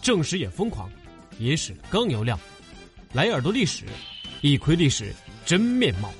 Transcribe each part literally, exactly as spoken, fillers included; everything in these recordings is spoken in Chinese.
正史也疯狂，野史更有料，来耳朵历史，一窥历史真面貌。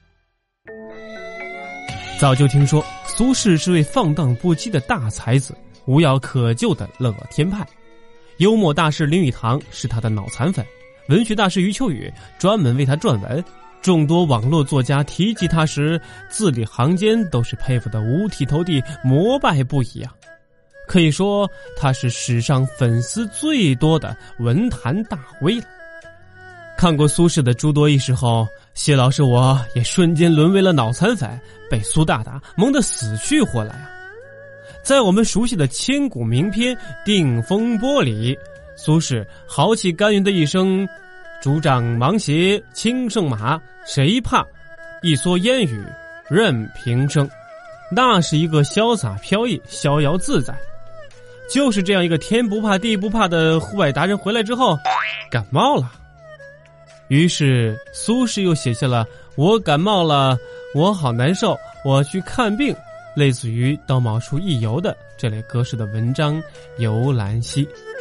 早就听说苏轼是位放荡不羁的大才子，无药可救的乐天派。幽默大师林语堂是他的脑残粉，文学大师余秋雨专门为他撰文，众多网络作家提及他时，字里行间都是佩服得五体投地，膜拜不已啊！可以说他是史上粉丝最多的文坛大 V 了。看过苏轼的诸多轶事后，谢老师我也瞬间沦为了脑残粉，被苏大大萌得死去活来啊！在我们熟悉的千古名篇《定风波》里，苏轼豪气干云的一生，竹杖芒鞋轻胜马，谁怕？一蓑烟雨任平生。那是一个潇洒飘逸，逍遥自在。就是这样一个天不怕地不怕的户外达人回来之后，感冒了。于是苏轼又写下了我感冒了，我好难受，我去看病，类似于到某处一游的这类格式的文章《游兰溪》。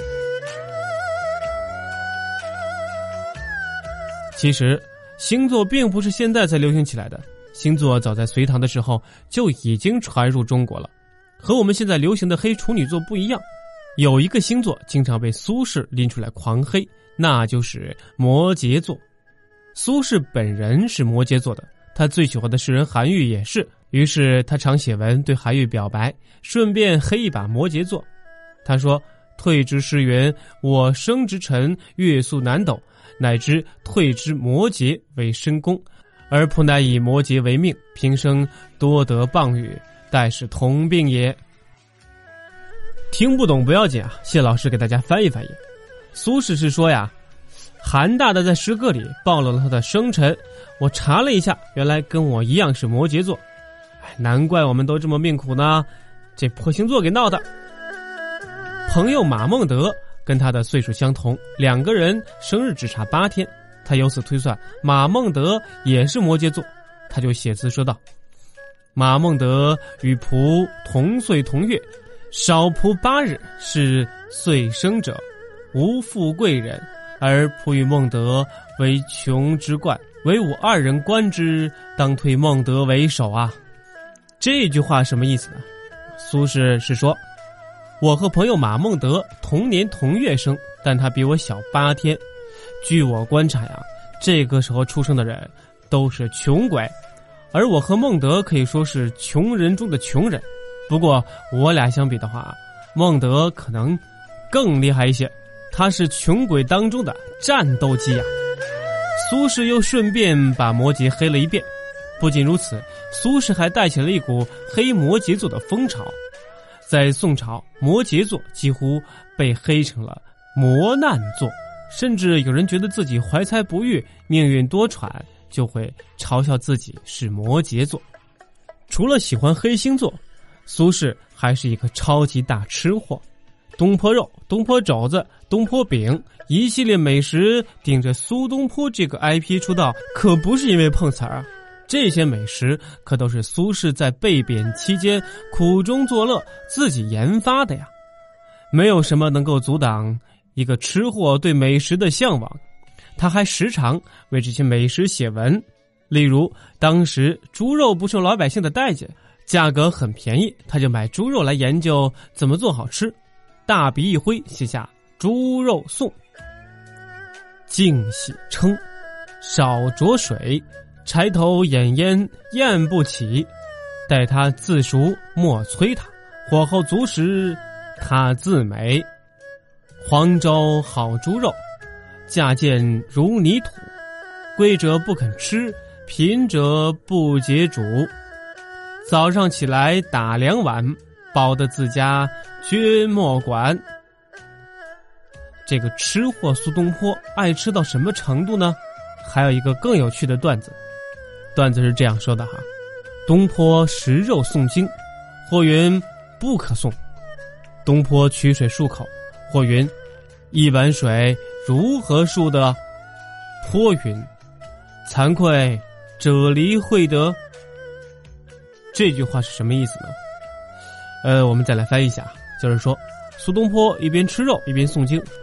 其实星座并不是现在才流行起来的，星座早在隋唐的时候就已经传入中国了。和我们现在流行的黑处女座不一样，有一个星座经常被苏轼拎出来狂黑，那就是摩羯座。苏轼本人是摩羯座的，他最喜欢的诗人韩愈也是，于是他常写文对韩愈表白，顺便黑一把摩羯座。他说：退之诗云，我生之辰月宿南斗，乃知退之摩羯为申宫，而仆乃以摩羯为命，平生多得傍雨，但是同病也。听不懂不要紧啊，谢老师给大家翻译翻译。苏轼是说呀，韩大大在诗歌里暴露了他的生辰，我查了一下，原来跟我一样是摩羯座，难怪我们都这么命苦呢，这破星座给闹的。朋友马孟德跟他的岁数相同，两个人生日只差八天，他由此推算马孟德也是摩羯座，他就写词说道：马孟德与仆同岁同月，少仆八日，是岁生者，无富贵人，而仆与孟德为穷之冠，唯吾二人观之，当推孟德为首啊。这句话什么意思呢？苏轼是说，我和朋友马孟德同年同月生，但他比我小八天。据我观察呀，这个时候出生的人都是穷鬼，而我和孟德可以说是穷人中的穷人。不过我俩相比的话，孟德可能更厉害一些，他是穷鬼当中的战斗机啊。苏轼又顺便把摩羯黑了一遍。不仅如此，苏轼还带起了一股黑摩羯座的风潮。在宋朝，摩羯座几乎被黑成了磨难座，甚至有人觉得自己怀才不遇，命运多舛，就会嘲笑自己是摩羯座。除了喜欢黑星座，苏轼还是一个超级大吃货，东坡肉、东坡肘子、东坡饼一系列美食顶着苏东坡这个 I P 出道，可不是因为碰瓷儿啊，这些美食可都是苏轼在被贬期间苦中作乐自己研发的呀。没有什么能够阻挡一个吃货对美食的向往，他还时常为这些美食写文。例如当时猪肉不受老百姓的待见，价格很便宜，他就买猪肉来研究怎么做好吃，大笔一挥写下猪肉颂：净洗称，少着水，柴头掩烟焰不起，待它自熟莫催它，火候足时它自美。黄州好猪肉，价贱如泥土，贵者不肯吃，贫者不解煮。早上起来打两碗，饱得自家绝莫管。这个吃货苏东坡爱吃到什么程度呢？还有一个更有趣的段子，段子是这样说的哈：东坡食肉诵经，或云不可诵。东坡取水漱口，或云一碗水如何漱得？颇云惭愧者离会得。这句话是什么意思呢？呃，我们再来翻译一下，就是说苏东坡一边吃肉一边诵经，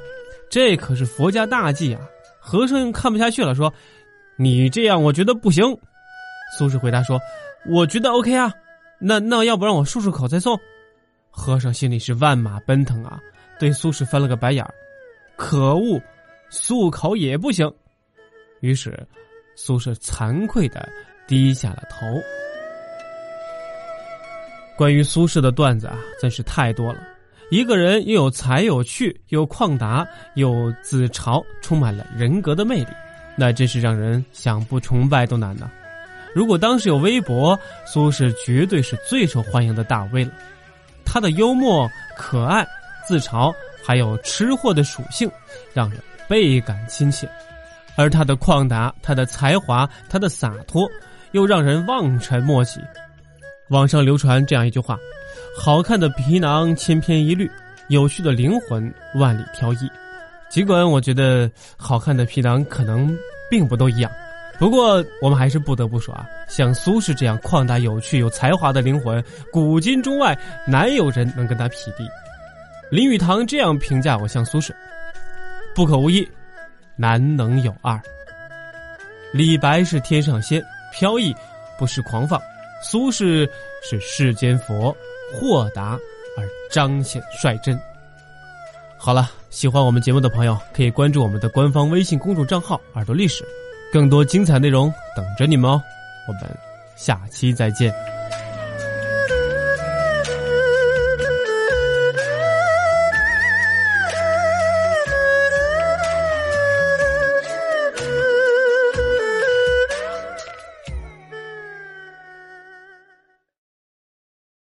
这可是佛家大忌啊！和尚看不下去了，说：“你这样我觉得不行。”苏轼回答说：“我觉得 OK 啊，那那要不让我漱漱口再送？”和尚心里是万马奔腾啊，对苏轼翻了个白眼儿，可恶，漱口也不行。于是苏轼惭愧地低下了头。关于苏轼的段子啊，真是太多了。一个人又有才有趣，又旷达，又自嘲，充满了人格的魅力，那真是让人想不崇拜都难呢。如果当时有微博，苏轼绝对是最受欢迎的大 V 了。他的幽默、可爱、自嘲，还有吃货的属性，让人倍感亲切。而他的旷达、他的才华、他的洒脱，又让人望尘莫及。网上流传这样一句话：好看的皮囊千篇一律，有趣的灵魂万里挑一。尽管我觉得好看的皮囊可能并不都一样，不过我们还是不得不说啊，像苏轼这样旷达有趣有才华的灵魂，古今中外难有人能跟他匹敌。林语堂这样评价偶像苏轼：不可无一，难能有二。李白是天上仙，飘逸不失狂放；苏轼是世间佛，豁达而彰显率真。好了，喜欢我们节目的朋友可以关注我们的官方微信公众账号耳朵历史，更多精彩内容等着你们哦。我们下期再见。